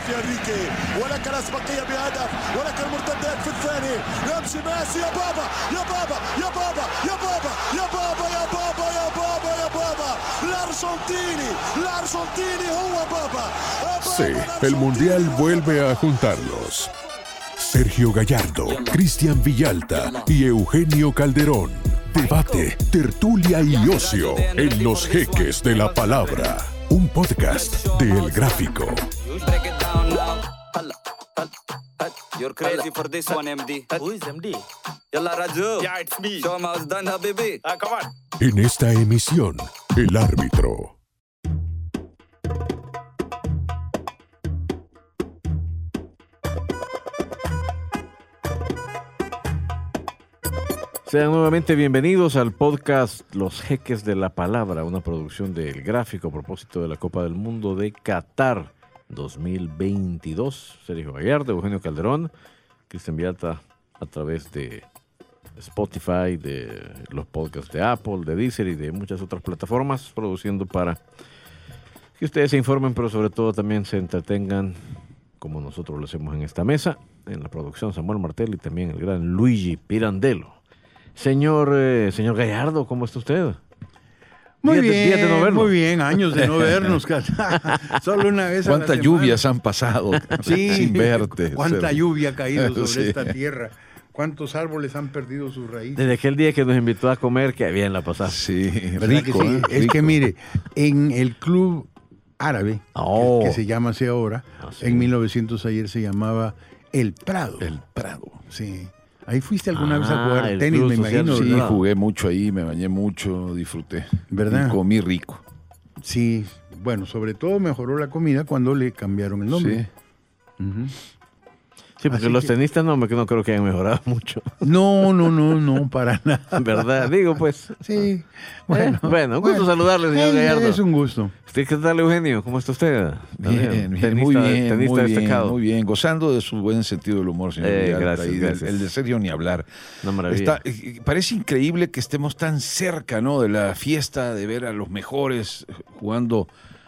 في انريكي، ولك الاسبقيه بهدف، ولك المرتدات في الثاني. يمشي ميسي، يا بابا يا بابا يا بابا يا بابا يا بابا يا بابا يا بابا يا بابا. La Argentini هو بابا. Sí, el Mundial vuelve a juntarlos. Sergio Gallardo, Cristian Villalta y Eugenio Calderón. Debate, tertulia y ocio en Los Jeques de la Palabra. Un podcast de El Gráfico. You're crazy for this one, MD. Who is MD? Yalla Raju. Yeah, it's me. Show me how's done, Habibi. Come on. En esta emisión, El Árbitro. Sean nuevamente bienvenidos al podcast Los Jeques de la Palabra, una producción de El Gráfico a propósito de la Copa del Mundo de Qatar 2022. Sergio Gallardo, Eugenio Calderón, Cristian Villalta a través de Spotify, de los podcasts de Apple, de Deezer y de muchas otras plataformas, produciendo para que ustedes se informen, pero sobre todo también se entretengan, como nosotros lo hacemos en esta mesa. En la producción Samuel Martel y también el gran Luigi Pirandello. Señor Gallardo, ¿cómo está usted? Muy días de no verlo. Muy bien, años de no vernos. Solo una vez a la ¿Cuántas semana. lluvias han pasado sin verte? Cuánta lluvia ha caído sobre Sí. esta tierra. Cuántos árboles han perdido sus raíces. Desde aquel día que nos invitó a comer, que bien la pasada. Sí, ¿Verdad rico, que sí? Es rico. que mire, en el club árabe, Oh. que se llama así ahora, sí. en 1900 ayer se llamaba El Prado. El Prado. Sí. Ahí fuiste alguna vez a Ah, jugar el tenis, Club me Social imagino. Sí, ¿verdad? jugué mucho ahí, me bañé mucho, disfruté. ¿Verdad? Y comí rico. Sí, bueno, sobre todo mejoró la comida cuando le cambiaron el nombre. Sí. Ujú. Sí, porque Así los que- tenistas no creo que hayan mejorado mucho. No, para nada. ¿Verdad? Digo, pues. Sí, Bueno, un gusto saludarle, señor Gallardo. Es un gusto. ¿Qué tal, Eugenio? ¿Cómo está usted? Bien, Tenista, muy bien, tenista muy bien, destacado. muy bien. Gozando de su buen sentido del humor, señor Villalta, gracias, y gracias. el de Sergio ni hablar. Una maravilla. Parece increíble que estemos tan cerca, ¿no?, de la fiesta, de ver a los mejores jugando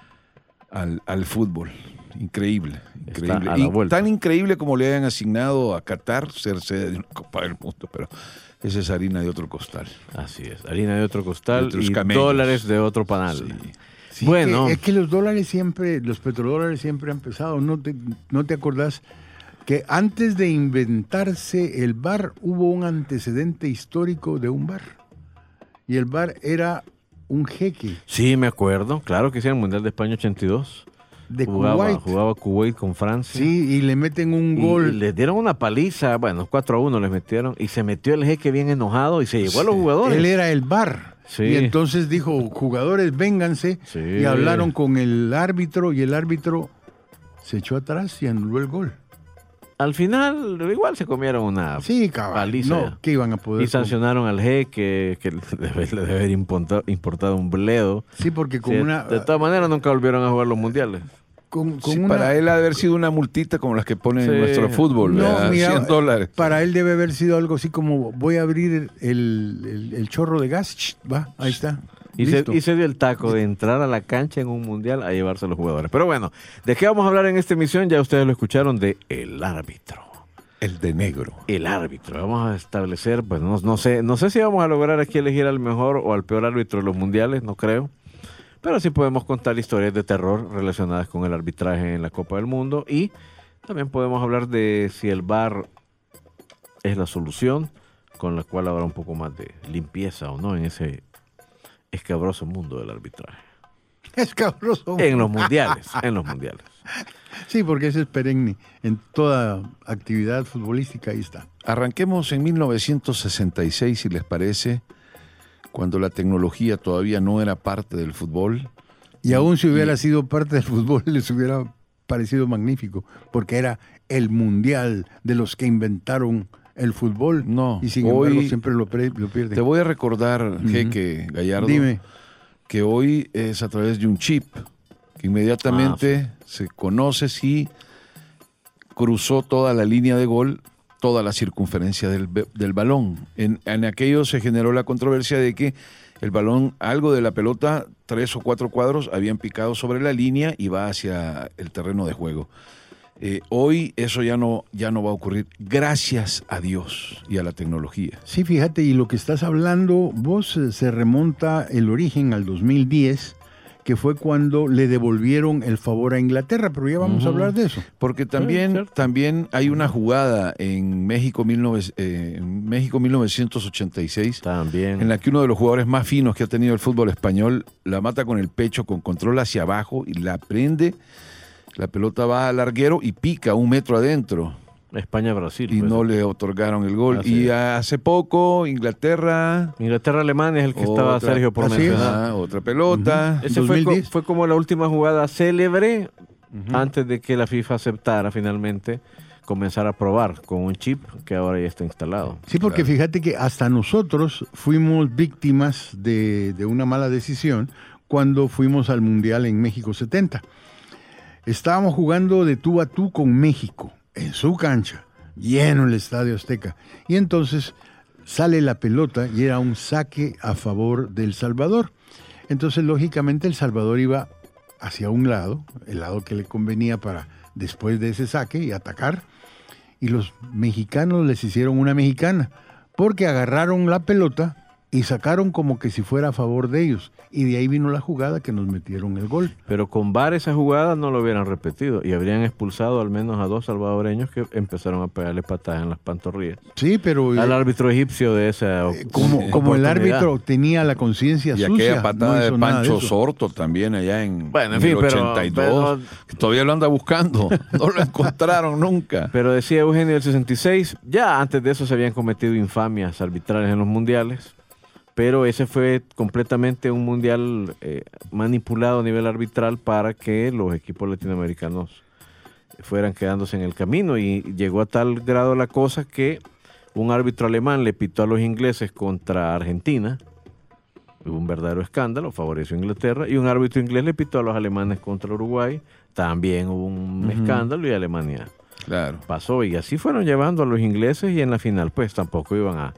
al fútbol. Increíble. Está a la vuelta. Tan increíble como le hayan asignado a Qatar ser sede de una Copa del Mundo, pero esa es harina de otro costal. Así es, harina de otro costal De otros y camellos. dólares de otro panal. Sí. Sí, Bueno. es que los dólares siempre, los petrodólares siempre han pesado. ¿No te acordás que antes de inventarse el VAR hubo un antecedente histórico de un VAR? Y el VAR era un jeque Sí, me acuerdo. Claro que sí, en el Mundial de España 82. de Jugaba Kuwait. Kuwait con Francia. Sí, y le meten un Y gol. les dieron una paliza, bueno, 4-1 les metieron, y se metió el jeque bien enojado y se llevó a los jugadores. Él era el VAR. Sí. Y entonces dijo, jugadores, vénganse. Sí. Y hablaron con el árbitro y el árbitro se echó atrás y anuló el gol. Al final, igual se comieron una Sí, cabal. paliza. No, que iban a poder. Y sancionaron al jeque, que le debe haber importado un bledo. Sí, porque con Sí, una. de todas maneras, nunca volvieron a jugar los mundiales. Con Sí, una- para él ha de haber sido una multita como las que ponen Sí. en nuestro fútbol, No, ¿verdad? mira, $100. Para él debe haber sido algo así como: voy a abrir el chorro de gas. Va, ahí está. Y Listo. se dio el taco de entrar a la cancha en un mundial a llevarse a los jugadores. Pero bueno, ¿de qué vamos a hablar en esta emisión? Ya ustedes lo escucharon, de el árbitro. El de negro. El árbitro. Vamos a establecer, pues no sé si vamos a lograr aquí elegir al mejor o al peor árbitro de los mundiales, no creo. Pero sí podemos contar historias de terror relacionadas con el arbitraje en la Copa del Mundo, y también podemos hablar de si el VAR es la solución, con la cual habrá un poco más de limpieza o no en ese escabroso mundo del arbitraje. Es cabroso. En los mundiales, en los mundiales. Sí, porque ese es perenne. En toda actividad futbolística, ahí está. Arranquemos en 1966, si les parece, cuando la tecnología todavía no era parte del fútbol. Y aún si hubiera sido parte del fútbol, les hubiera parecido magnífico, porque era el mundial de los que inventaron el fútbol. No, Y sin hoy embargo siempre lo pierden. Te voy a recordar, Jeque Gallardo, Dime. que hoy es a través de un chip que inmediatamente se conoce si cruzó toda la línea de gol, toda la circunferencia del balón. En aquello se generó la controversia de que el balón, algo de la pelota, 3 o 4 cuadros habían picado sobre la línea y va hacia el terreno de juego. Hoy eso ya no va a ocurrir, gracias a Dios y a la tecnología. Sí, fíjate, y lo que estás hablando, vos se remonta el origen al 2010, que fue cuando le devolvieron el favor a Inglaterra, pero ya vamos a hablar de eso. Porque también hay una jugada en México, 1986, También. en la que uno de los jugadores más finos que ha tenido el fútbol español la mata con el pecho, con control hacia abajo y la prende. La pelota va al larguero y pica 1 metro adentro. España-Brasil. Y pues. no le otorgaron el gol. Así Y es. hace poco, Inglaterra-Alemania es el que estaba Sergio por Así es. mencionar. otra pelota. Ese 2010. fue como la última jugada célebre antes de que la FIFA aceptara finalmente comenzar a probar con un chip que ahora ya está instalado. Sí, porque fíjate que hasta nosotros fuimos víctimas de una mala decisión cuando fuimos al Mundial en México 70. Estábamos jugando de tú a tú con México, en su cancha, lleno el Estadio Azteca. Y entonces sale la pelota y era un saque a favor del Salvador. Entonces, lógicamente, el Salvador iba hacia un lado, el lado que le convenía para después de ese saque y atacar. Y los mexicanos les hicieron una mexicana, porque agarraron la pelota y sacaron como que si fuera a favor de ellos. Y de ahí vino la jugada que nos metieron el gol. Pero con VAR esa jugada no lo hubieran repetido y habrían expulsado al menos a 2 salvadoreños que empezaron a pegarle patadas en las pantorrillas Sí, pero al árbitro egipcio de esa como el oportunidad. árbitro tenía la conciencia Y sucia. aquella patada no hizo de nada Pancho eso. Sorto también allá Bueno, en el fin, pero 82. Que todavía lo anda buscando. No lo encontraron nunca. Pero decía Eugenio, el 66, ya antes de eso se habían cometido infamias arbitrales en los mundiales, pero ese fue completamente un mundial manipulado a nivel arbitral para que los equipos latinoamericanos fueran quedándose en el camino, y llegó a tal grado la cosa que un árbitro alemán le pitó a los ingleses contra Argentina, hubo un verdadero escándalo, favoreció a Inglaterra, y un árbitro inglés le pitó a los alemanes contra Uruguay, también hubo un escándalo y Alemania Claro. pasó, y así fueron llevando a los ingleses, y en la final pues tampoco iban a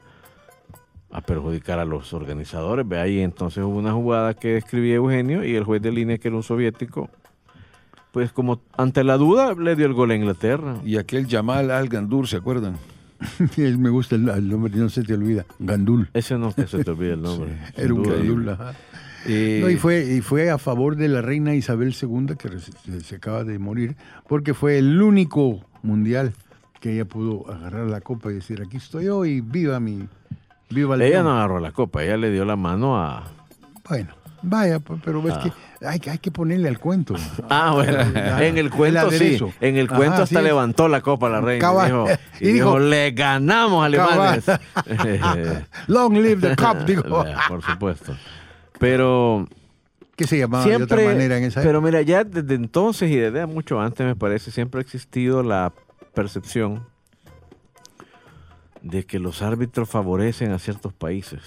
perjudicar a los organizadores. Ve ahí, entonces hubo una jugada que describía Eugenio y el juez de línea, que era un soviético, pues como ante la duda le dio el gol a Inglaterra. Y aquel Jamal Al-Gandur, ¿se acuerdan? Me gusta el nombre, no se te olvida. Gandul. Ese no, que se te olvide el nombre. Era un Sin duda. Gandul. Ajá. Eh, No, y fue a favor de la reina Isabel II, que se acaba de morir, porque fue el único mundial que ella pudo agarrar la copa y decir, aquí estoy yo y viva el Ella león. no agarró la copa, ella le dio la mano a... Bueno, vaya, pero es que hay que ponerle al cuento. bueno, en el cuento sí, aderezo. en el Ajá, cuento hasta sí. levantó la copa la reina Cabal. y dijo, le ganamos alemanes. Long live the cup, digo. Por supuesto. Pero... ¿Qué se llamaba de otra manera en esa pero época? mira, ya desde entonces y desde mucho antes, me parece, siempre ha existido la percepción de que los árbitros favorecen a ciertos países,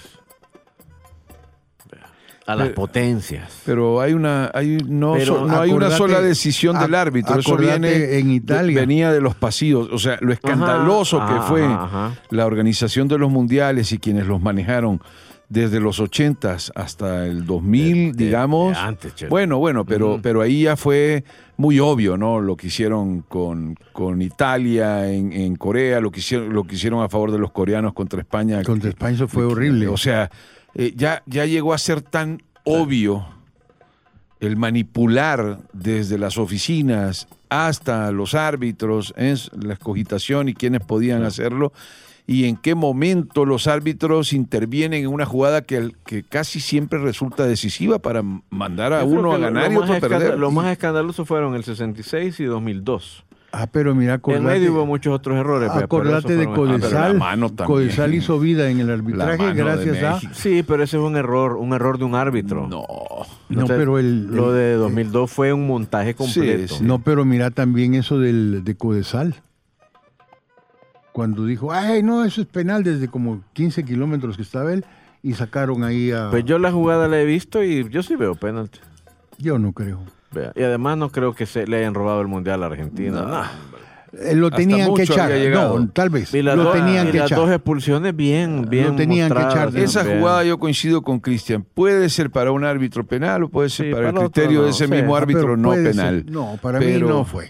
a las potencias. Pero no hay una acordate- sola decisión del árbitro. Eso acordate viene en Italia. venía de los pasillos. O sea, lo escandaloso que fue la organización de los mundiales y quienes los manejaron desde los 80s hasta el 2000, digamos. Antes, che. Bueno, pero ahí ya fue muy obvio, ¿no? Lo que hicieron con Italia en Corea, lo que hicieron a favor de los coreanos contra España. Contra España eso fue horrible. O sea, ya llegó a ser tan obvio el manipular desde las oficinas hasta los árbitros, la escogitación y quiénes podían hacerlo, y en qué momento los árbitros intervienen en una jugada que casi siempre resulta decisiva para mandar a Yo creo uno que a ganar y otro a perder. Lo más escandaloso fueron el 66 y 2002. Pero mira, En acordate, medio hubo muchos otros errores. pero acordate de esos fueron pero la Codesal. mano también. Codesal hizo vida en el arbitraje mano de gracias a... México. Sí, pero ese es un error de un árbitro. No. No, pero lo de 2002 fue un montaje completo. Sí. No, pero mira también eso de Codesal. Cuando dijo, ay, no, eso es penal desde como 15 kilómetros que estaba él, y sacaron ahí a... Pues yo la jugada la he visto y yo sí veo penalti. Yo no creo. Vea, y además no creo que se le hayan robado el mundial a Argentina. No. Lo tenían que mucho echar. había llegado. No, tal vez. Y las, Lo dos, tenían y que las echar. dos expulsiones bien Lo tenían que mostradas, echar. Esa bien. jugada yo coincido con Cristian. Puede ser para un árbitro penal o puede ser Sí, para el para otro criterio no, de ese sí. mismo árbitro Pero no puede penal. ser. No, para mí Pero- no fue.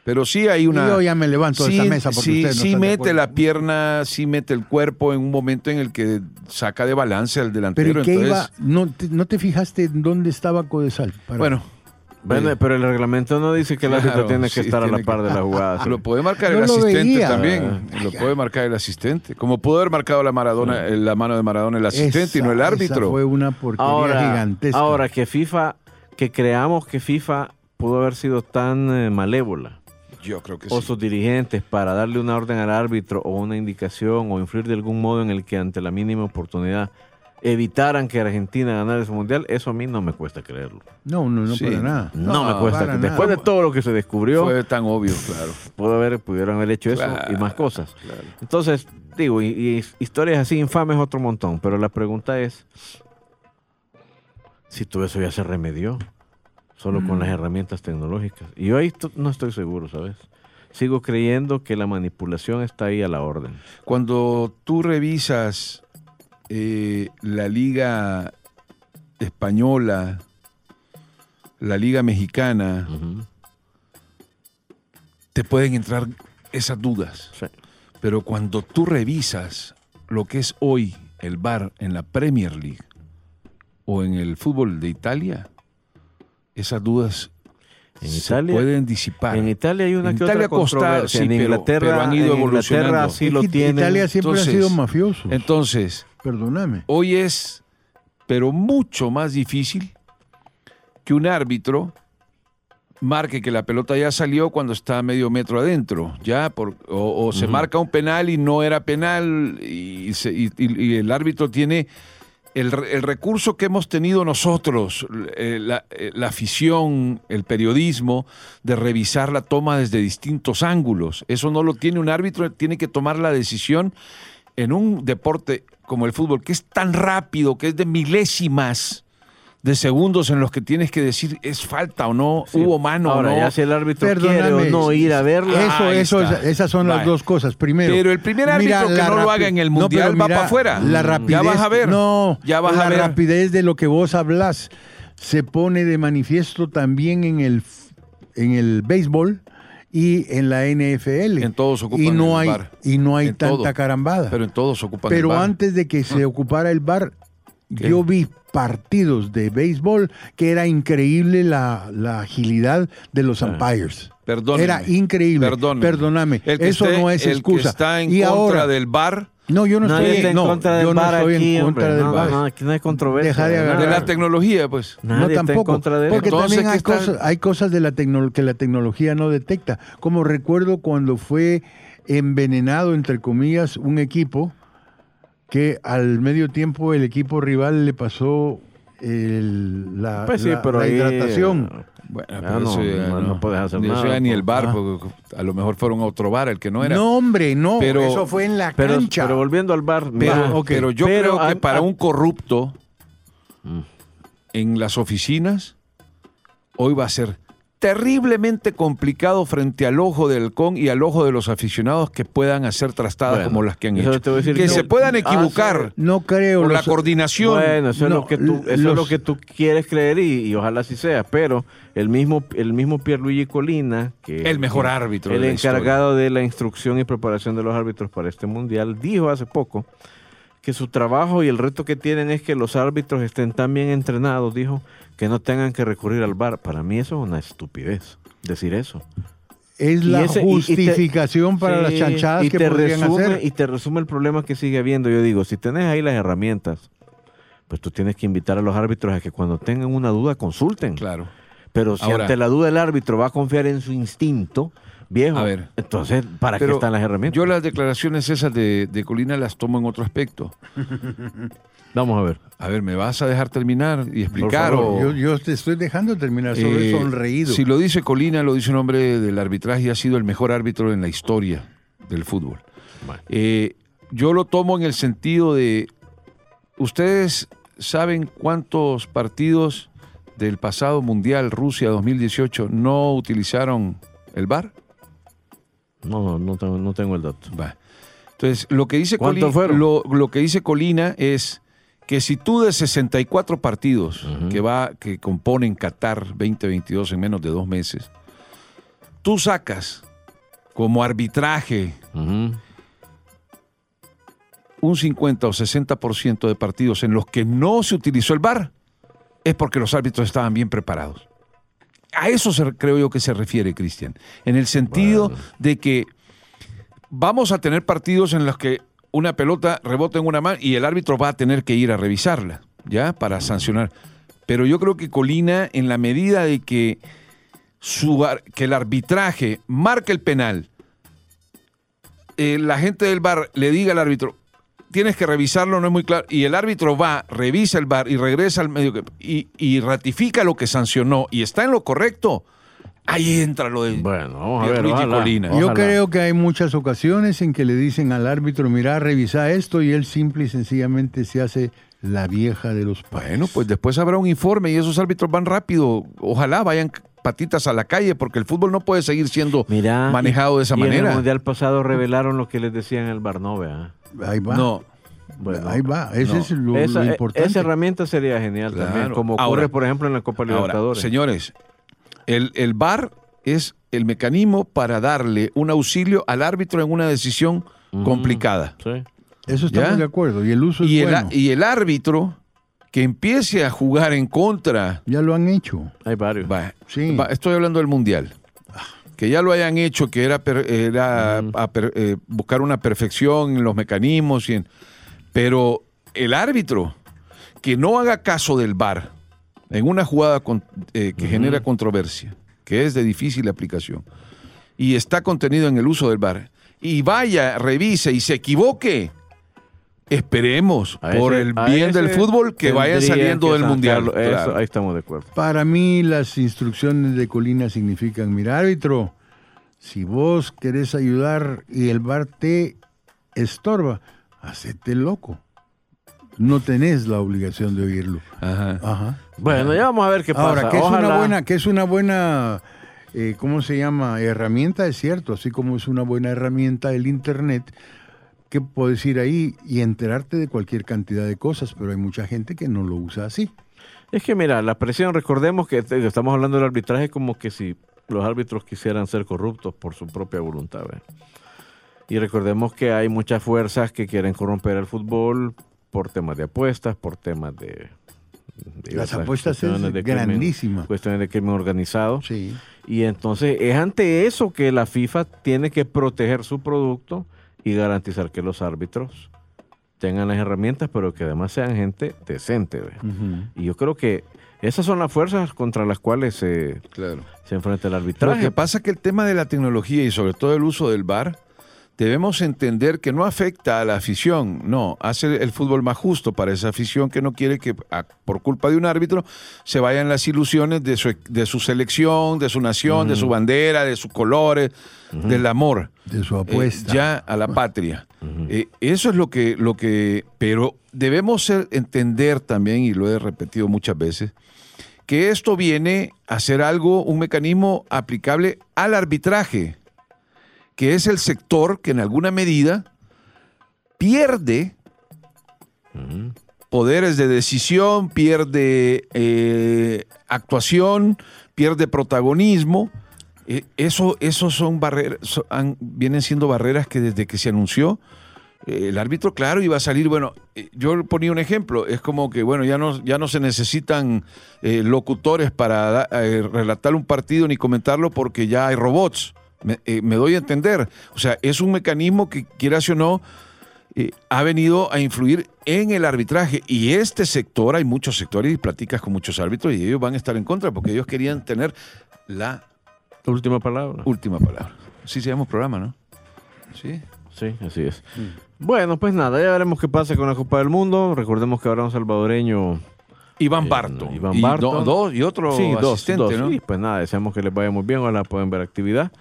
Pero sí hay una... Yo ya me levanto de esa mesa porque sí, ustedes no sí están de mete acuerdo. la pierna, sí mete el cuerpo en un momento en el que saca de balance al delantero. Pero ¿qué entonces, iba? ¿No te fijaste en dónde estaba Codesal? bueno, Pero el reglamento no dice que el árbitro claro, tiene que sí, estar a la tiene par de la jugada. lo puede marcar No el lo asistente veía. también. Lo puede marcar el asistente. Como pudo haber marcado la mano de Maradona el asistente y no el árbitro. Esa fue una porquería gigantesca. Ahora que creamos que FIFA pudo haber sido tan malévola, Yo creo que o sí. sus dirigentes, para darle una orden al árbitro o una indicación o influir de algún modo en el que ante la mínima oportunidad evitaran que Argentina ganara ese mundial, eso a mí no me cuesta creerlo. No, Sí. para nada. No, me cuesta. para Después nada. de todo lo que se descubrió, Fue tan obvio, claro. pudieron haber hecho eso Claro, y más cosas. claro. Entonces, digo, y historias así infames otro montón, pero la pregunta es si todo eso ya se remedió solo con las herramientas tecnológicas. Y yo ahí no estoy seguro, ¿sabes? Sigo creyendo que la manipulación está ahí a la orden. Cuando tú revisas la liga española, la liga mexicana, te pueden entrar esas dudas. Sí. Pero cuando tú revisas lo que es hoy el VAR en la Premier League o en el fútbol de Italia, esas dudas En se Italia- pueden disipar. En Italia hay una En que Italia otra costa- controversia. sí, en pero Inglaterra, han ido en Inglaterra evolucionando. sí lo Es que tienen. Italia siempre Entonces, ha sido mafioso. Entonces, Perdóname. hoy es, pero mucho más difícil que un árbitro marque que la pelota ya salió cuando está a medio metro adentro, o se marca un penal y no era penal y el árbitro tiene el recurso que hemos tenido nosotros, la afición, el periodismo, de revisar la toma desde distintos ángulos. Eso no lo tiene un árbitro, tiene que tomar la decisión en un deporte como el fútbol, que es tan rápido, que es de milésimas de segundos en los que tienes que decir es falta o no, hubo mano Ahora, o no. ya si el árbitro Perdóname. quiere o no ir a verla. Ahí está. Esas son las Vale. dos cosas. Primero, Pero el primer árbitro que la no lo haga en el Mundial va para afuera. La rapidez, Ya vas a ver. No, Ya vas a ver. La rapidez de lo que vos hablas se pone de manifiesto también en el béisbol y en la NFL. En todos ocupan y no el hay VAR. y no hay En tanta todo. carambada. Pero en todos ocupan Pero el VAR. antes de que se ocupara el VAR, yo vi partidos de béisbol que era increíble la agilidad de los umpires. Perdónenme. Era increíble. Perdóname. El que Eso esté- no es excusa. El que está en y contra ahora, del VAR, no, yo no Nadie estoy está en contra del yo no VAR estoy aquí, en hombre. contra del No, VAR. no, aquí no hay controversia. Deja de agarrar. de nada. la tecnología, pues. Nadie No, está en tampoco. contra de eso. Porque Entonces, también ¿qué está? hay cosas de que la tecnología no detecta. Como recuerdo cuando fue envenenado, entre comillas, un equipo que al medio tiempo el equipo rival le pasó la Pues sí, pero la ahí, hidratación. Bueno, Ya pero no, eso ya no puedes hacer Eso nada, ya ni el VAR, Ah. porque a lo mejor fueron a otro VAR, el que no era. No, hombre, no. Pero- eso fue en la Pero cancha. volviendo al VAR, Pero, mira, pero yo pero creo que para an- un corrupto en las oficinas, hoy va a ser terriblemente complicado frente al ojo del halcón y al ojo de los aficionados que puedan hacer trastadas Bueno, como las que han eso hecho. te voy a decir Que que se no puedan hace- equivocar No creo. por la los- coordinación. Bueno, eso, No, es, lo que tú, eso es los- lo que tú quieres creer y ojalá así sea, pero el mismo Pierluigi Colina, que El mejor árbitro el de la encargado de la instrucción y preparación de los árbitros para este mundial, dijo hace poco que su trabajo y el reto que tienen es que los árbitros estén tan bien entrenados, dijo, que no tengan que recurrir al VAR. Para mí eso es una estupidez, decir eso. Es Y la ese- y te- justificación para Sí, las chanchadas y que te podrían resume, hacer. Y te resume el problema que sigue habiendo. Yo digo, si tenés ahí las herramientas, pues tú tienes que invitar a los árbitros a que cuando tengan una duda consulten. Claro. Pero si Ahora- ante la duda el árbitro va a confiar en su instinto, viejo, A ver. entonces, ¿para qué Pero están las herramientas? yo las declaraciones esas de Colina las tomo en otro aspecto. Vamos a ver. A ver, ¿me vas a dejar terminar y explicar? favor, o- Yo te estoy dejando terminar, solo he sonreído. Si lo dice Colina, lo dice un hombre del arbitraje y ha sido el mejor árbitro en la historia del fútbol. Bueno. Yo lo tomo en el sentido de, ¿ustedes saben cuántos partidos del pasado Mundial Rusia 2018 no utilizaron el VAR? No tengo el dato. Va. Entonces, lo que dice ¿Cuántos Colina, fueron? lo que dice Colina es que si tú de 64 partidos Ujú. que componen Qatar 2022 en menos de 2 meses, tú sacas como arbitraje Ujú. un 50 o 60% de partidos en los que no se utilizó el VAR, es porque los árbitros estaban bien preparados. A eso creo yo que se refiere, Cristian, en el sentido Bueno. de que vamos a tener partidos en los que una pelota rebota en una mano y el árbitro va a tener que ir a revisarla, ¿ya? Para sancionar. Pero yo creo que Colina, en la medida de que, que el arbitraje marque el penal, la gente del VAR le diga al árbitro, tienes que revisarlo, no es muy claro, y el árbitro va, revisa el VAR y regresa al medio y ratifica lo que sancionó y está en lo correcto, ahí entra lo de Bueno, vamos a ver. Pierluigi Ojalá, Colina. ojalá. Yo creo que hay muchas ocasiones en que le dicen al árbitro, mira, revisa esto, y él simple y sencillamente se hace la vieja de los países. Bueno, pues después habrá un informe y esos árbitros van rápido. Ojalá vayan patitas a la calle porque el fútbol no puede seguir siendo Mira, manejado de esa y en manera. el Mundial pasado revelaron lo que les decían en el VAR, ¿no? Vea. Ahí va. No, Bueno, Ahí va. Ese no. es lo esa importante. herramienta sería genial Claro. también, como ocurre, Ahora- por ejemplo, en la Copa ahora, Libertadores. señores, el VAR es el mecanismo para darle un auxilio al árbitro en una decisión Ujú. complicada. Sí. Eso estamos ¿Ya? de acuerdo. Y el uso es Y bueno. y el árbitro que empiece a jugar en contra. Ya lo han hecho. Hay varios. Sí. Estoy hablando del Mundial. Que ya lo hayan hecho, que era buscar una perfección en los mecanismos. Pero el árbitro que no haga caso del VAR en una jugada que genera controversia, que es de difícil aplicación, y está contenido en el uso del VAR, y vaya, revise y se equivoque, esperemos A por ese- el a bien del ese fútbol que vayan tendrían saliendo que del Mundial. sacarlo. Eso, Claro. ahí estamos de acuerdo. Para mí las instrucciones de Colina significan, mira, árbitro, si vos querés ayudar y el VAR te estorba, hacete loco. No tenés la obligación de oírlo. Ajá. Ajá. Bueno, ya vamos a ver qué pasa. Ahora, Ojalá. que es una buena, ¿cómo se llama? Herramienta, es cierto, así como es una buena herramienta el Internet, que puedes ir ahí y enterarte de cualquier cantidad de cosas, pero hay mucha gente que no lo usa así. Es que mira, la presión, recordemos que estamos hablando del arbitraje como que si los árbitros quisieran ser corruptos por su propia voluntad. ¿Ve? Y recordemos que hay muchas fuerzas que quieren corromper el fútbol por temas de apuestas, por temas de Las diversas apuestas cuestiones es de crimen- grandísima. cuestiones de crimen organizado. Sí. Y entonces es ante eso que la FIFA tiene que proteger su producto y garantizar que los árbitros tengan las herramientas, pero que además sean gente decente. ¿Ve? Y yo creo que esas son las fuerzas contra las cuales se Claro. enfrenta el Lo arbitraje. que pasa es que el tema de la tecnología y sobre todo el uso del VAR, debemos entender que no afecta a la afición, no, hace el fútbol más justo para esa afición que no quiere que por culpa de un árbitro se vayan las ilusiones de su selección, de su nación, de su bandera, de sus colores, del amor. De su apuesta. Ya a la patria. Eso es lo que pero debemos entender también, y lo he repetido muchas veces, que esto viene a ser algo, un mecanismo aplicable al arbitraje, que es el sector que en alguna medida pierde poderes de decisión, pierde actuación, pierde protagonismo. Esos son barreras, vienen siendo barreras que desde que se anunció, el árbitro, claro, iba a salir, bueno, yo ponía un ejemplo, es como que, bueno, ya no se necesitan locutores para relatar un partido ni comentarlo porque ya hay robots. Me doy a entender. O sea, es un mecanismo que, quieras o no, ha venido a influir en el arbitraje. Y este sector, hay muchos sectores y platicas con muchos árbitros y ellos van a estar en contra porque ellos querían tener la Última palabra. última palabra. Sí se llama programa, ¿no? Sí. Sí, así es. Bueno, pues nada, ya veremos qué pasa con la Copa del Mundo. Recordemos que habrá un salvadoreño. Iván Barton. Iván Y Barton. dos y otro Sí, asistente, dos. ¿no? Sí, pues nada, deseamos que les vaya muy bien. Ojalá puedan ver actividad.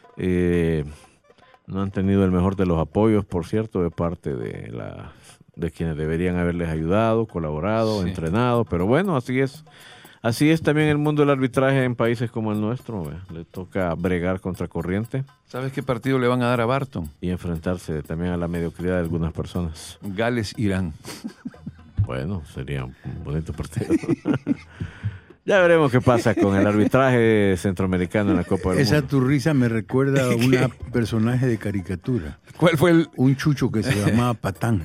No han tenido el mejor de los apoyos, por cierto, de parte de quienes deberían haberles ayudado, colaborado, Sí. entrenado. Pero bueno, así es. Así es también el mundo del arbitraje en países como el nuestro. Le toca bregar contra corriente ¿Sabes qué partido le van a dar a Barton? y enfrentarse también a la mediocridad de algunas personas. Gales-Irán. Bueno, sería un bonito partido. Ya veremos qué pasa con el arbitraje centroamericano en la Copa del Esa Mundo. tu risa me recuerda a un personaje de caricatura. ¿Cuál fue Un chucho que se llamaba Patán.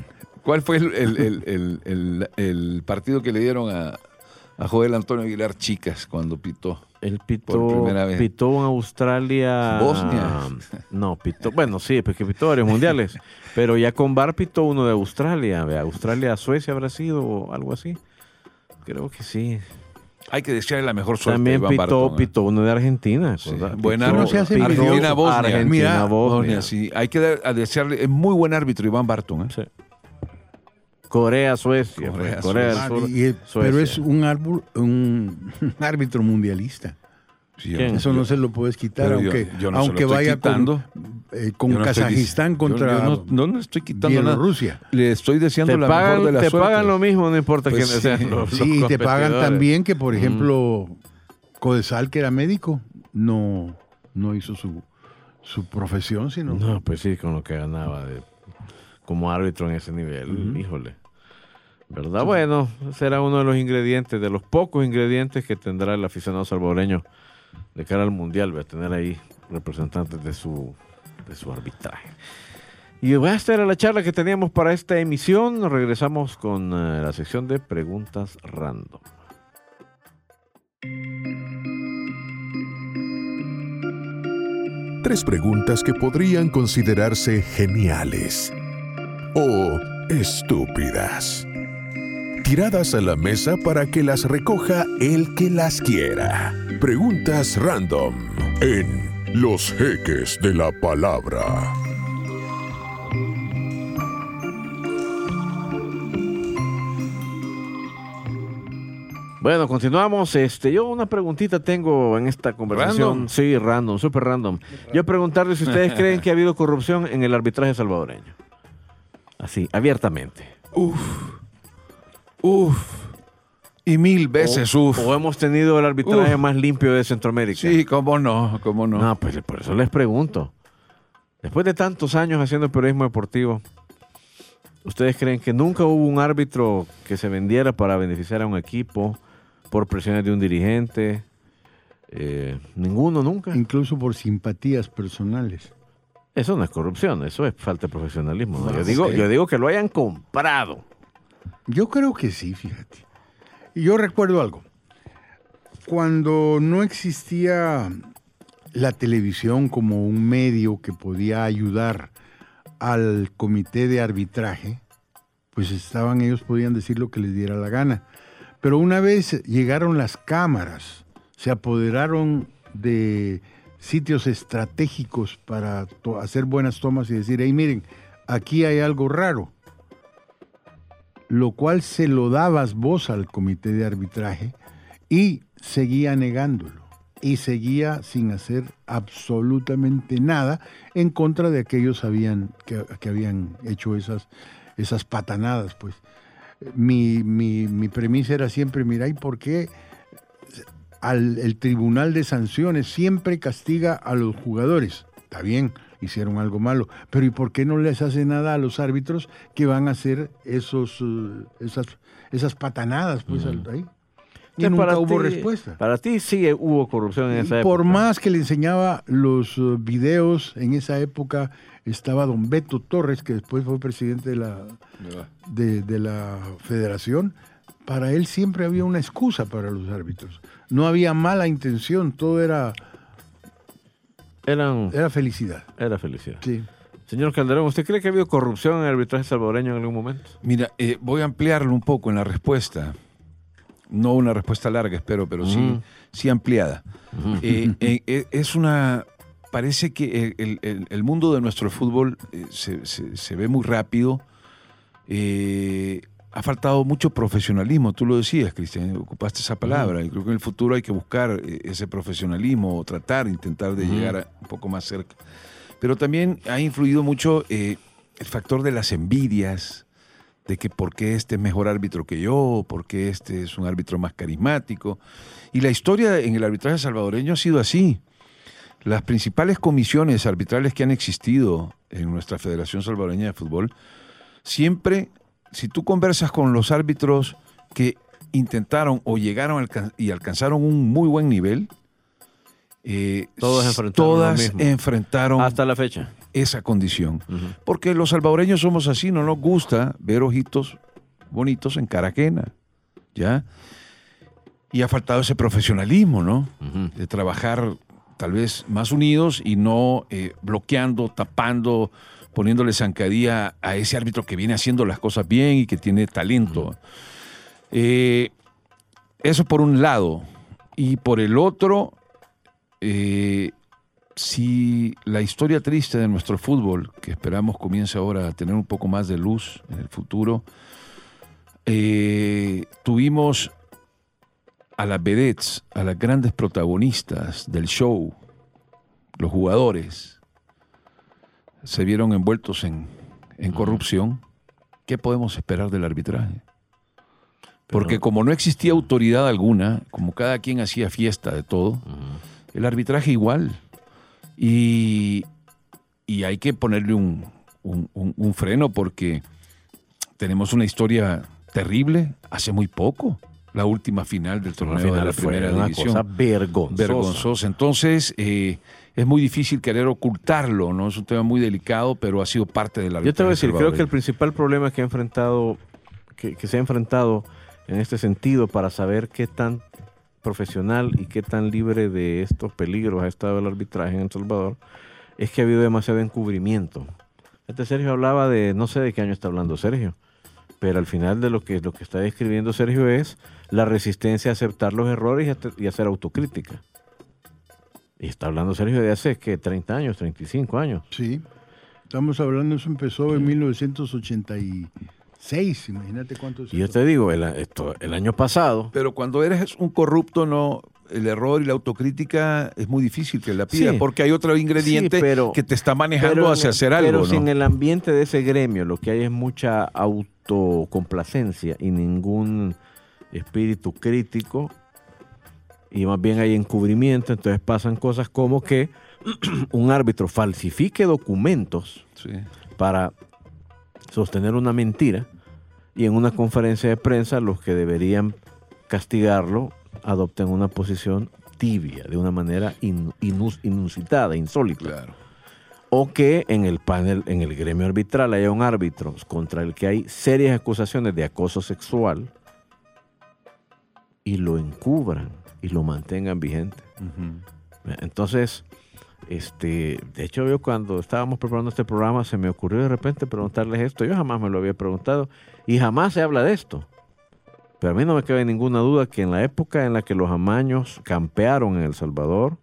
el partido que le dieron a Joel Antonio Aguilar Chicas cuando pitó? Él Por primera vez. pitó en Australia. Bosnia. No, pitó. Bueno, sí, porque pitó varios mundiales. Pero ya con VAR pitó uno de Australia. Australia, Suecia habrá sido o algo así. Creo que sí. Hay que desearle la mejor suerte También a Iván Barton, ¿eh? pitó uno de Argentina. Sí, ¿verdad? buen Pitó- no se hace pitó Argentina-Bosnia. Mira, Argentina-Bosnia. Sí, hay que desearle, es muy buen árbitro Iván Barton, ¿eh? Sí. Corea-Suecia. Corea, Corea del Ah, Sur. pero Suecia. es un árbitro mundialista. Sí, ¿Quién? Eso no se lo puedes quitar, Pero aunque, yo no se lo aunque estoy vaya quitando. con Yo no estoy Kazajistán dic- contra yo no estoy quitando nada. Bielorrusia. Le estoy deseando Te la mejor de las te suertes. pagan lo mismo, no importa Pues quiénes sí. sean los Sí, te pagan competidores. también que, por ejemplo, Codesal, que era médico, no hizo su profesión, sino... No, pues sí, con lo que ganaba como árbitro en ese nivel, híjole. ¿Verdad? Bueno, será uno de los ingredientes, de los pocos ingredientes que tendrá el aficionado salvadoreño de cara al Mundial. Va a tener ahí representantes de su arbitraje. Y esta era la charla que teníamos para esta emisión. Regresamos con la sección de preguntas random. Tres preguntas que podrían considerarse geniales o estúpidas. Tiradas a la mesa para que las recoja el que las quiera. Preguntas random en Los Jeques de la Palabra. Bueno, continuamos. Yo una preguntita tengo en esta conversación. ¿Random? Sí, random, súper random. Yo preguntarle si ustedes creen que ha habido corrupción en el arbitraje salvadoreño. Así, abiertamente. Y mil veces, O hemos tenido el arbitraje más limpio de Centroamérica. Sí, cómo no. No, pues por eso les pregunto. Después de tantos años haciendo periodismo deportivo, ¿ustedes creen que nunca hubo un árbitro que se vendiera para beneficiar a un equipo por presiones de un dirigente? Ninguno, nunca. Incluso por simpatías personales. Eso no es corrupción, eso es falta de profesionalismo, ¿no? No, Yo digo que lo hayan comprado. Yo creo que sí, fíjate. Y yo recuerdo algo. Cuando no existía la televisión como un medio que podía ayudar al comité de arbitraje, pues ellos podían decir lo que les diera la gana. Pero una vez llegaron las cámaras, se apoderaron de sitios estratégicos para hacer buenas tomas y decir, hey, miren, aquí hay algo raro. Lo cual se lo dabas vos al comité de arbitraje y seguía negándolo. Y seguía sin hacer absolutamente nada en contra de aquellos que habían hecho esas patanadas. Pues mi premisa era siempre, mira, ¿y por qué el Tribunal de Sanciones siempre castiga a los jugadores? Está bien, hicieron algo malo, pero ¿y por qué no les hace nada a los árbitros que van a hacer esas patanadas? Pues ahí. Y Entonces, nunca hubo ti- respuesta. Para ti sí hubo corrupción en esa época. Por más que le enseñaba los videos, en esa época estaba don Beto Torres, que después fue presidente de la federación. Para él siempre había una excusa para los árbitros. No había mala intención, todo era felicidad. Era felicidad. Sí. Señor Calderón, ¿usted cree que ha habido corrupción en el arbitraje salvadoreño en algún momento? Mira, voy a ampliarlo un poco en la respuesta. No una respuesta larga, espero, pero sí ampliada. Parece que el mundo de nuestro fútbol se ve muy rápido. Ha faltado mucho profesionalismo, tú lo decías, Cristian, ocupaste esa palabra. Y creo que en el futuro hay que buscar ese profesionalismo, o intentar de llegar un poco más cerca. Pero también ha influido mucho el factor de las envidias, de que por qué este es mejor árbitro que yo, por qué este es un árbitro más carismático. Y la historia en el arbitraje salvadoreño ha sido así. Las principales comisiones arbitrales que han existido en nuestra Federación Salvadoreña de Fútbol, siempre, si tú conversas con los árbitros que intentaron o llegaron y alcanzaron un muy buen nivel, todas enfrentaron hasta la fecha esa condición. Porque los salvadoreños somos así, no nos gusta ver ojitos bonitos en cara ajena, ¿ya? Y ha faltado ese profesionalismo, ¿no? De trabajar tal vez más unidos y no bloqueando, tapando, poniéndole zancadilla a ese árbitro que viene haciendo las cosas bien y que tiene talento. Eso por un lado. Y por el otro, si la historia triste de nuestro fútbol, que esperamos comience ahora a tener un poco más de luz en el futuro, tuvimos a las vedettes, a las grandes protagonistas del show, los jugadores, se vieron envueltos en corrupción. ¿Qué podemos esperar del arbitraje? Porque como no existía autoridad alguna, como cada quien hacía fiesta de todo, el arbitraje igual. Y hay que ponerle un freno porque tenemos una historia terrible hace muy poco. La última final del torneo de la primera división. Una cosa vergonzosa. Entonces, es muy difícil querer ocultarlo, ¿no? Es un tema muy delicado, pero ha sido parte de la... Yo te voy a decir, creo que el principal problema que se ha enfrentado en este sentido para saber qué tan profesional y qué tan libre de estos peligros ha estado el arbitraje en El Salvador, es que ha habido demasiado encubrimiento. Sergio hablaba de, no sé de qué año está hablando Sergio, pero al final de lo que está describiendo Sergio es la resistencia a aceptar los errores y hacer autocrítica. Y está hablando Sergio de hace, ¿qué? 30 años, 35 años. Sí, estamos hablando, eso empezó en 1986, imagínate cuánto es. Y yo te digo, el año pasado... Pero cuando eres un corrupto, no, el error y la autocrítica es muy difícil que la pidas, Sí. porque hay otro ingrediente que te está manejando hacia hacer algo, pero ¿no? si en el ambiente de ese gremio lo que hay es mucha autocomplacencia y ningún espíritu crítico, y más bien hay encubrimiento, entonces pasan cosas como que un árbitro falsifique documentos Sí. para sostener una mentira, y en una conferencia de prensa los que deberían castigarlo adopten una posición tibia, de una manera inusitada, insólita. Claro. O que en el panel, en el gremio arbitral, haya un árbitro contra el que hay serias acusaciones de acoso sexual y lo encubran y lo mantengan vigente. Entonces, de hecho, yo cuando estábamos preparando este programa se me ocurrió de repente preguntarles esto. Yo jamás me lo había preguntado y jamás se habla de esto. Pero a mí no me cabe ninguna duda que en la época en la que los amaños campearon en El Salvador,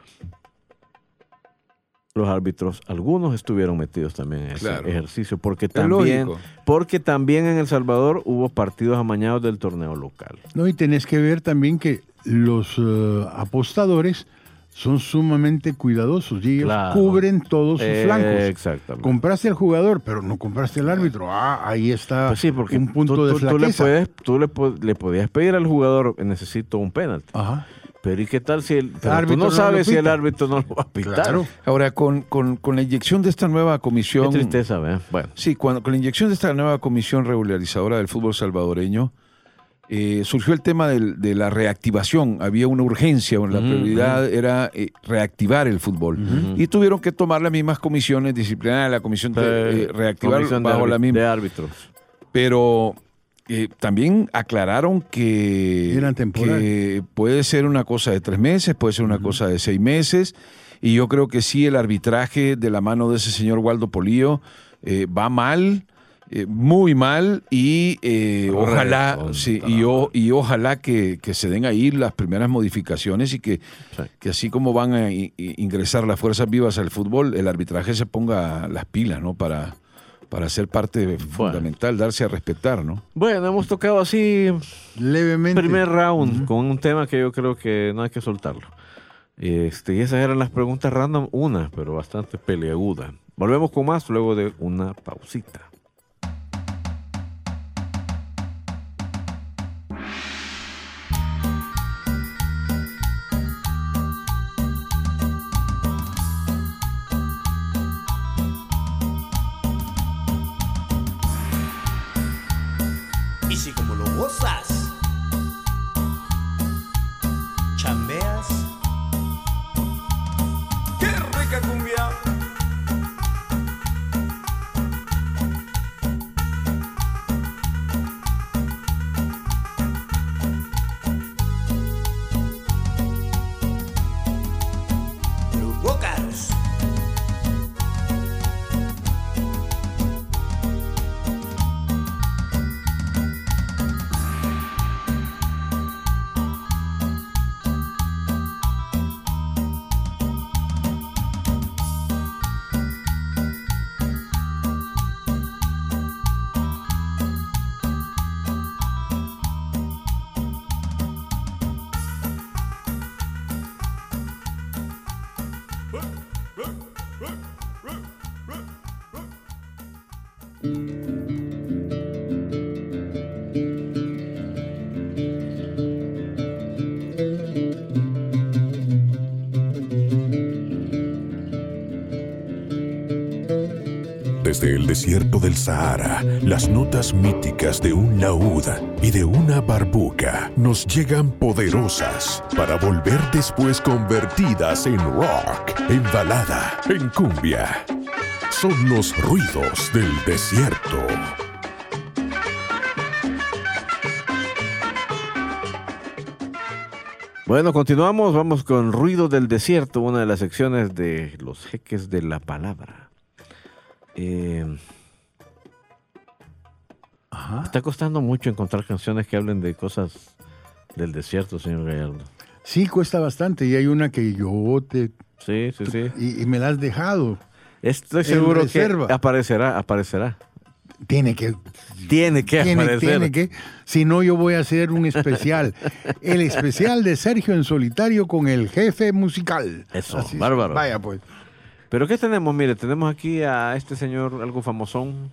los árbitros, algunos estuvieron metidos también en ese ejercicio, porque también en El Salvador hubo partidos amañados del torneo local. No, y tenés que ver también que los apostadores son sumamente cuidadosos y ellos cubren todos sus flancos. Exactamente. Compraste al jugador, pero no compraste al árbitro. Ahí está Pues sí, porque un punto de flaqueza. Tú le podías pedir al jugador, necesito un penalti. Ajá. Pero ¿y qué tal si el árbitro tú no sabes lo si el pita? árbitro no lo va a pitar? Claro. Ahora, con la inyección de esta nueva comisión... Qué tristeza, ¿verdad? Bueno. Sí, con la inyección de esta nueva comisión regularizadora del fútbol salvadoreño, surgió el tema de la reactivación. Había una urgencia, la prioridad era reactivar el fútbol. Y tuvieron que tomar las mismas comisiones disciplinarias, la comisión de reactivar bajo la misma. De árbitros. Pero también aclararon que puede ser una cosa de 3 meses, puede ser una cosa de 6 meses. Y yo creo que sí, el arbitraje de la mano de ese señor Waldo Polillo va mal. Muy mal y ojalá ojalá que se den ahí las primeras modificaciones y que así como van a ingresar las fuerzas vivas al fútbol, el arbitraje se ponga las pilas, ¿no? Para ser parte fundamental, darse a respetar, ¿no? Bueno, hemos tocado así levemente primer round con un tema que yo creo que no hay que soltarlo. Y esas eran las preguntas random, una, pero bastante peleaguda. Volvemos con más luego de una pausita. Y si como lo gozas, Desde el desierto del Sahara, las notas míticas de un laúd y de una barbuca nos llegan poderosas para volver después convertidas en rock, en balada, en cumbia. Son los ruidos del desierto. Bueno, continuamos. Vamos con Ruido del Desierto, una de las secciones de los jeques de la palabra. Está costando mucho encontrar canciones que hablen de cosas del desierto, señor Gallardo. Sí, cuesta bastante. Y hay una que yo te... Sí. Y me la has dejado. Estoy seguro que reserva. aparecerá. Tiene que aparecer. Si no, yo voy a hacer un especial. El especial de Sergio en solitario con el jefe musical. Eso, Así es. bárbaro. Vaya, pues. ¿Pero qué tenemos? Mire, tenemos aquí a este señor algo famosón.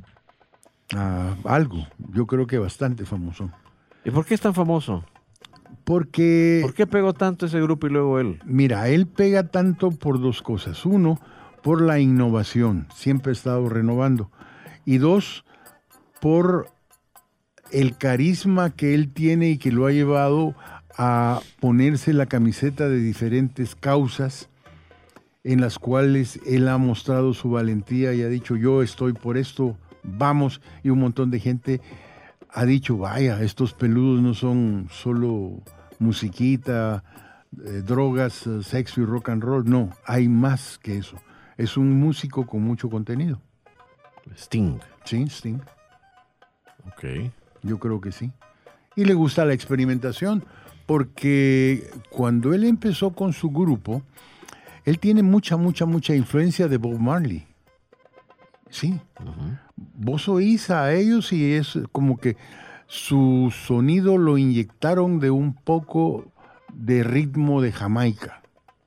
Algo. Yo creo que bastante famoso. ¿Y por qué es tan famoso? Porque... ¿Por qué pegó tanto ese grupo y luego él? Mira, él pega tanto por dos cosas. Uno, por la innovación. Siempre ha estado renovando. Y dos, por el carisma que él tiene y que lo ha llevado a ponerse la camiseta de diferentes causas en las cuales él ha mostrado su valentía y ha dicho, yo estoy por esto, vamos. Y un montón de gente ha dicho, vaya, estos peludos no son solo musiquita, drogas, sexo y rock and roll. No, hay más que eso. Es un músico con mucho contenido. Sting. Sí, Sting. Ok. Yo creo que sí. Y le gusta la experimentación, porque cuando él empezó con su grupo, él tiene mucha influencia de Bob Marley. Sí. Vos oís a ellos y es como que su sonido lo inyectaron de un poco de ritmo de Jamaica.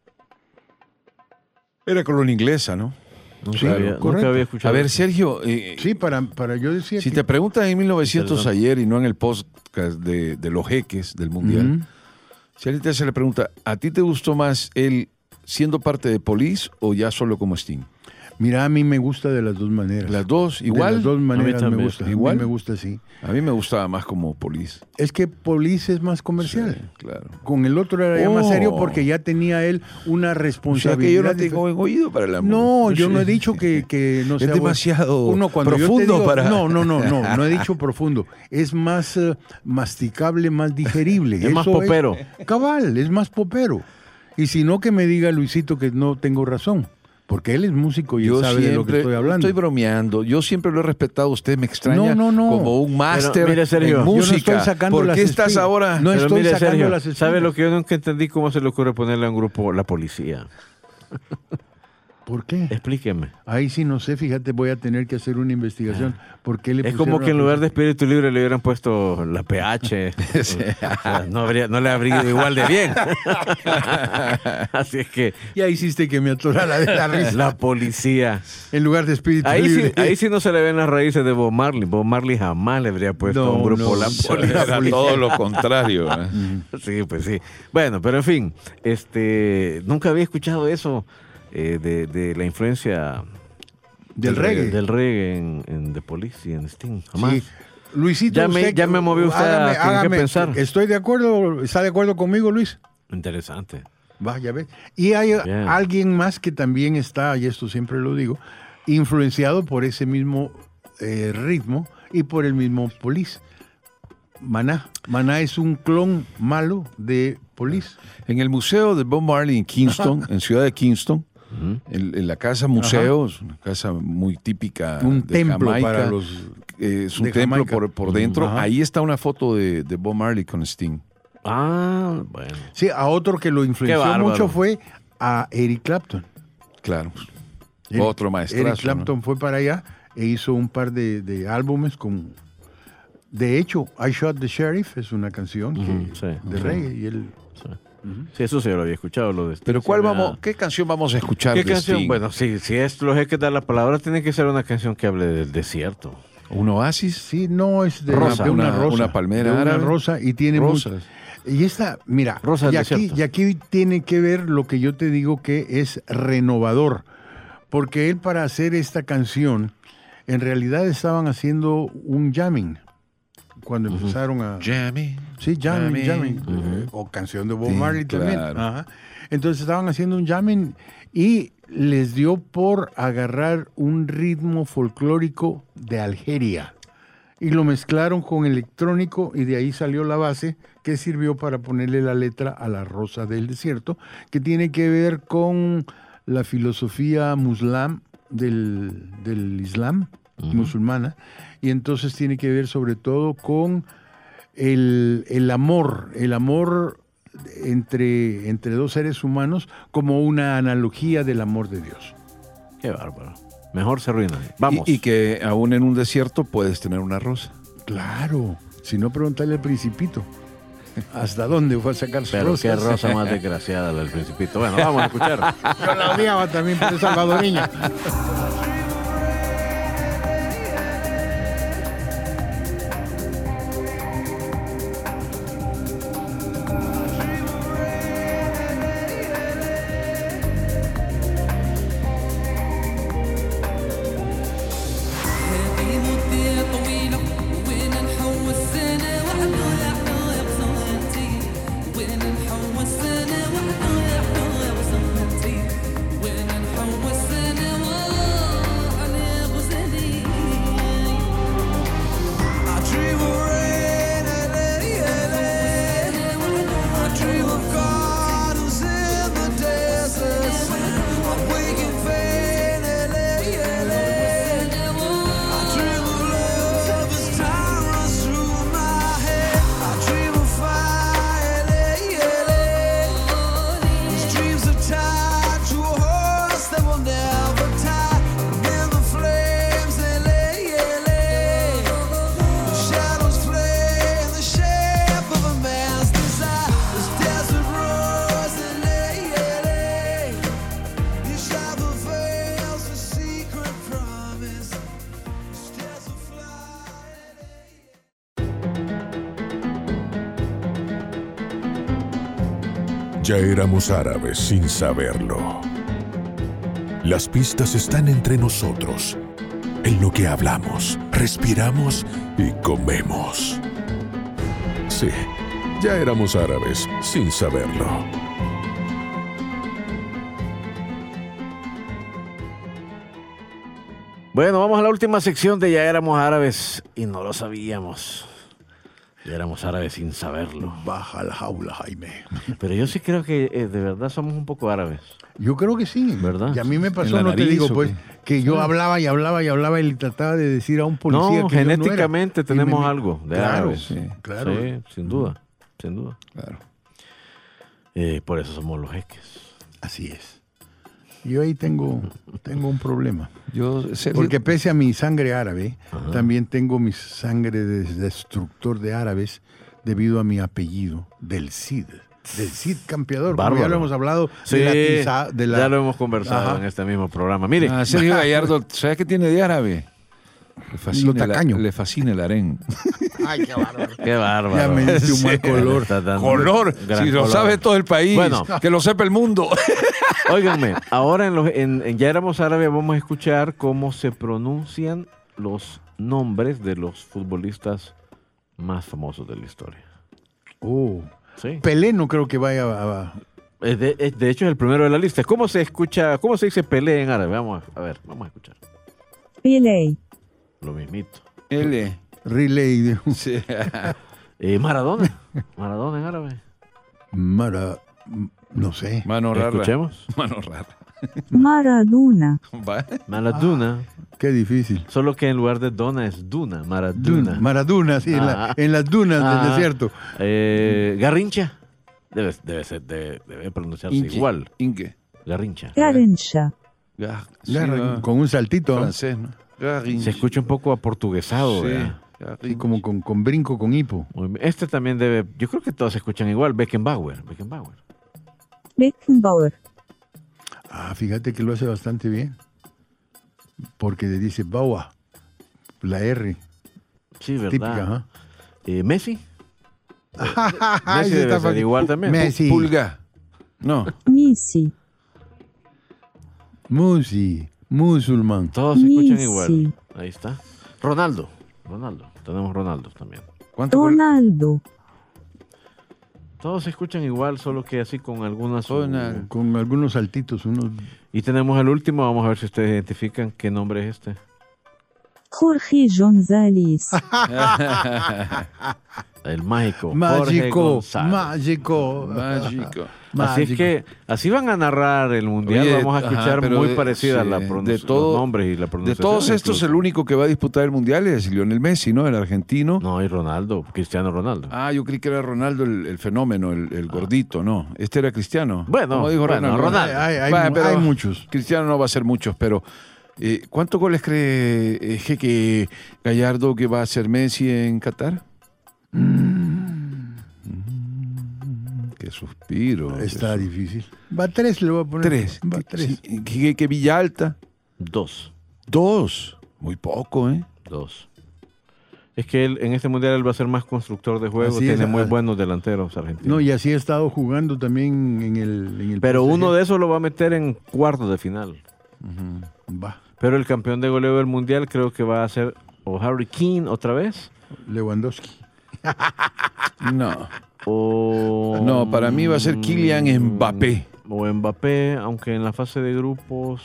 Era colonia inglesa, ¿no? Nunca había correcto. escuchado. A ver, Sergio, Sí, para yo decir si que... te preguntan en 1900 Interesante. ayer y no en el podcast de los jeques del Mundial, Ujú. si alguien te hace la pregunta, ¿a ti te gustó más él siendo parte de Police o ya solo como Sting? Mira, a mí me gusta de las dos maneras. Las dos, igual. De las dos maneras me también. gusta. Igual. A mí me gusta, sí. A mí me gustaba más como Police. Es que Police es más comercial. Sí, claro. Con el otro era ya más Oh. serio porque ya tenía él una O sea responsabilidad. que yo no tengo buen oído para la No, música. yo no he dicho que no Es sea demasiado bueno. Cuando yo te profundo digo- para... No he dicho profundo. Es más masticable, más digerible. Es más Eso popero. Cabal, es más popero. Y si no, que me diga Luisito que no tengo razón. Porque él es músico y él Yo sabe de lo que estoy hablando. estoy bromeando. Yo siempre lo he respetado. Usted me extraña No. como un máster mire, Sergio, en yo no música. estoy sacando ¿Por las qué estás espigas. ahora? No Pero estoy mire, sacando Sergio, las espigas. ¿sabe lo que yo nunca entendí? ¿Cómo se le ocurre ponerle a un grupo la policía? ¿Por qué? Explíqueme. Ahí sí no sé, fíjate, voy a tener que hacer una investigación. ¿Por qué le Es como pusieron que en la lugar de espíritu libre le hubieran puesto la PH. O sea, no le habría ido igual de bien. Así es que Ya hiciste que me atorara de la risa. la policía. En lugar de espíritu Ahí libre. sí no se le ven las raíces de Bob Marley. Bob Marley jamás le habría puesto a un No, grupo no. la policía. Era todo lo contrario. ¿eh? Sí, pues sí. Bueno, pero en fin, nunca había escuchado eso de la influencia Del reggae. Del reggae en The Police y en Sting. Jamás. Sí. Luisito, Ya me movió usted a tener que pensar. Estoy de acuerdo. ¿Está de acuerdo conmigo, Luis? Interesante. Vaya, ves. Y hay Bien. alguien más que también está, y esto siempre lo digo, influenciado por ese mismo ritmo y por el mismo Police. Maná. Maná es un clon malo de Police. En el museo de Bob Marley en Kingston, en ciudad de Kingston, en la casa museo, es una casa muy típica Un de templo Jamaica. para los Es un de templo Jamaica. por dentro. Ajá. Ahí está una foto de Bob Marley con Sting. Ah, bueno. Sí, a otro que lo influenció bárbaro. mucho fue a Eric Clapton. Claro. Eric- Otro maestrazo. Eric Clapton fue para allá e hizo un par de álbumes con... De hecho, I Shot the Sheriff es una canción Ujú, sí. de reggae y él... Sí. Sí, eso sí lo había escuchado, lo de Sting. Pero ¿qué canción vamos a escuchar ¿Qué de canción? Sting? Bueno, si es los Jeques de la Palabra, tiene que ser una canción que hable del desierto. ¿Un oasis? Sí, no, es de, Rosa, de una rosa. una palmera de una árabe. rosa y tiene Rosas. Y esta, mira, Rosa del desierto. y aquí tiene que ver lo que yo te digo que es renovador. Porque él para hacer esta canción, en realidad estaban haciendo un jamming. Cuando empezaron a... Jamming. Sí, jamming. Ujú. O canción de Bob Sí, Marley también. claro. Ajá. Entonces estaban haciendo un jamming y les dio por agarrar un ritmo folclórico de Algeria. Y lo mezclaron con electrónico y de ahí salió la base que sirvió para ponerle la letra a La Rosa del Desierto, que tiene que ver con la filosofía del Islam, musulmana, y entonces tiene que ver sobre todo con el amor entre dos seres humanos como una analogía del amor de Dios. Qué bárbaro. Mejor se arruina. Vamos. Y que aún en un desierto puedes tener una rosa. Claro, si no preguntarle al Principito, ¿hasta dónde fue a sacar sus Pero rosas? qué rosa más desgraciada la del Principito. Bueno, vamos a escuchar. Yo la odiaba también por esa salvadoreña. Ya éramos árabes sin saberlo. Las pistas están entre nosotros, en lo que hablamos, respiramos y comemos. Sí, ya éramos árabes sin saberlo. Bueno, vamos a la última sección de Ya éramos árabes y no lo sabíamos. Ya éramos árabes sin saberlo. Baja la jaula, Jaime. Pero yo sí creo que de verdad somos un poco árabes. Yo creo que sí. ¿Verdad? Y a mí me ¿En pasó, la no te nariz digo, o pues, qué? que yo hablaba y le trataba de decir a un policía No, que yo no era. genéticamente Y tenemos algo de claro, árabes. sí, claro. Sí, sin duda, sin duda. Claro. Por eso somos los jeques. Así es. Yo ahí tengo un problema. Yo, Sergio, Porque pese a mi sangre árabe, también tengo mi sangre de destructor de árabes debido a mi apellido, del Cid Campeador. Como ya Bárbaro. lo hemos hablado Sí, de la ya lo hemos conversado Ajá. en este mismo programa. Mire, Sergio Gallardo, ¿sabes qué tiene de árabe? Lo tacaño. Le fascina el harén. Ay, qué bárbaro. qué bárbaro. Ya me diste un mal color. Está dando Color, gran si lo color. sabe todo el país, Bueno. que lo sepa el mundo. Óiganme, ahora en Ya éramos árabes vamos a escuchar cómo se pronuncian los nombres de los futbolistas más famosos de la historia. Oh. Sí. Pelé no creo que vaya a... De hecho es el primero de la lista. ¿Cómo se dice Pelé en árabe? Vamos a escuchar. Pelé, Lo mismito. L. Relay. Sí. Maradona en árabe. No sé. Mano rara. Escuchemos. Mano rara. Maradona, Va. Maradona. Qué difícil. Solo que en lugar de dona es Duna. Maradona. Maradona, sí, en las dunas Ah. del desierto. Garrincha. Debe pronunciarse Inge. igual. Inge. Garrincha. Garrincha, Sí, Con un saltito. francés, ¿no? Garrincha. Se escucha un poco aportuguesado. Sí. ¿verdad? Sí, como con brinco, con hipo. Muy bien. Este también debe, yo creo que todos se escuchan igual, Beckenbauer. Beckenbauer. Ah, fíjate que lo hace bastante bien. Porque le dice Bauer, la R. Sí, ¿verdad? Típica, ajá. Messi. Ese Messi debe está ser fácil. igual también. Messi. Pulga. No. Messi. Musulmán. Todos se escuchan Messi. igual. Ahí está. Ronaldo. Tenemos Ronaldo también. ¿Cuánto gol? Ronaldo. Todos se escuchan igual, solo que así con algunas... Con algunos saltitos, unos... Y tenemos el último, vamos a ver si ustedes identifican qué nombre es este. Jorge González. El mágico. Jorge Mágico. González. Así es que así van a narrar el mundial. Oye, vamos a escuchar pero muy parecida la los nombres y la De pronunciación. todos estos, incluso. el único que va a disputar el mundial es Lionel Messi, ¿no? El argentino. No, hay Ronaldo, Cristiano Ronaldo. Ah, yo creí que era Ronaldo el fenómeno, el gordito, no. Este era Cristiano. Bueno, Como dijo bueno, Ronaldo. Hay muchos. Cristiano no va a ser muchos, pero ¿cuántos goles cree Jeque Gallardo que va a hacer Messi en Qatar? Qué suspiro. Está difícil. Va 3, le voy a poner. 3. Va 3. Que Villalta. 2. 2. Muy poco, ¿eh? 2. Es que él, en este mundial él va a ser más constructor de juego. Así Tiene es, muy buenos delanteros argentinos. No, y así ha estado jugando también en el Pero PSG. uno de esos lo va a meter en cuartos de final. Va. Pero el campeón de goleo del mundial creo que va a ser o Harry Kane otra vez. Lewandowski. No. O... No, para mí va a ser Kylian Mbappé. O Mbappé, aunque en la fase de grupos...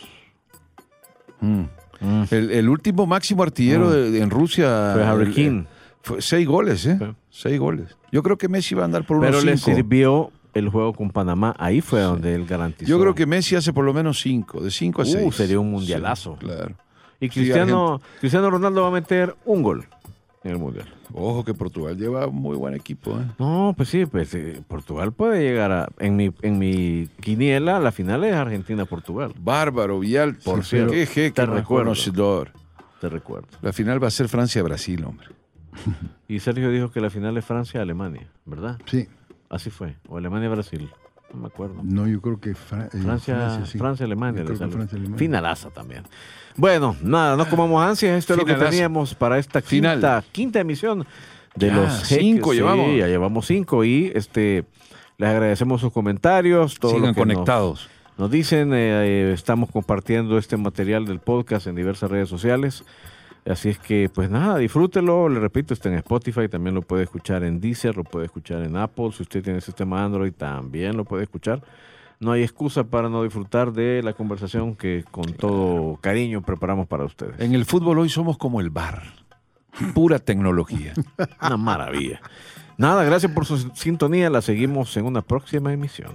El último máximo artillero en Rusia Fue Harry Kane. Fue 6 goles, ¿eh? 6 goles. Yo creo que Messi va a andar por unos Pero 5. le sirvió el juego con Panamá. Ahí fue donde él garantizó. Yo creo que Messi hace por lo menos 5, de 5 a 6. Sería un mundialazo. Sí, claro. Y Cristiano Ronaldo va a meter un gol en el mundial. Ojo que Portugal lleva muy buen equipo, ¿eh? No, pues sí, Portugal puede llegar a... En mi quiniela, la final es Argentina-Portugal. Bárbaro, Villalta. Por cierto, qué jeque te más recuerdo. conocedor. Te recuerdo. La final va a ser Francia-Brasil, hombre. Y Sergio dijo que la final es Francia-Alemania, ¿verdad? Sí. Así fue. O Alemania-Brasil. No me acuerdo. No, yo creo que sí. Francia-Alemania. Yo creo que Francia-Alemania. Finalaza también. Bueno, nada, no comamos ansias. Esto es lo que Finalaza. teníamos para esta quinta emisión de Ya, los 5 Jeques. llevamos. Sí, ya llevamos 5 y les agradecemos sus comentarios. Todo Sigan lo que conectados. Nos dicen, estamos compartiendo este material del podcast en diversas redes sociales. Así es que, pues nada, disfrútelo. Le repito, está en Spotify, también lo puede escuchar en Deezer, lo puede escuchar en Apple. Si usted tiene sistema Android, también lo puede escuchar. No hay excusa para no disfrutar de la conversación que con todo cariño preparamos para ustedes. En el fútbol hoy somos como el VAR. Pura tecnología. Una maravilla. Nada, gracias por su sintonía. La seguimos en una próxima emisión.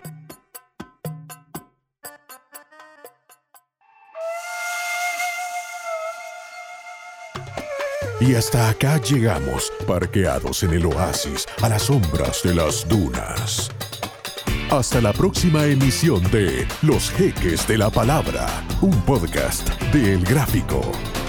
Y hasta acá llegamos, parqueados en el oasis, a las sombras de las dunas. Hasta la próxima emisión de Los Jeques de la Palabra, un podcast de El Gráfico.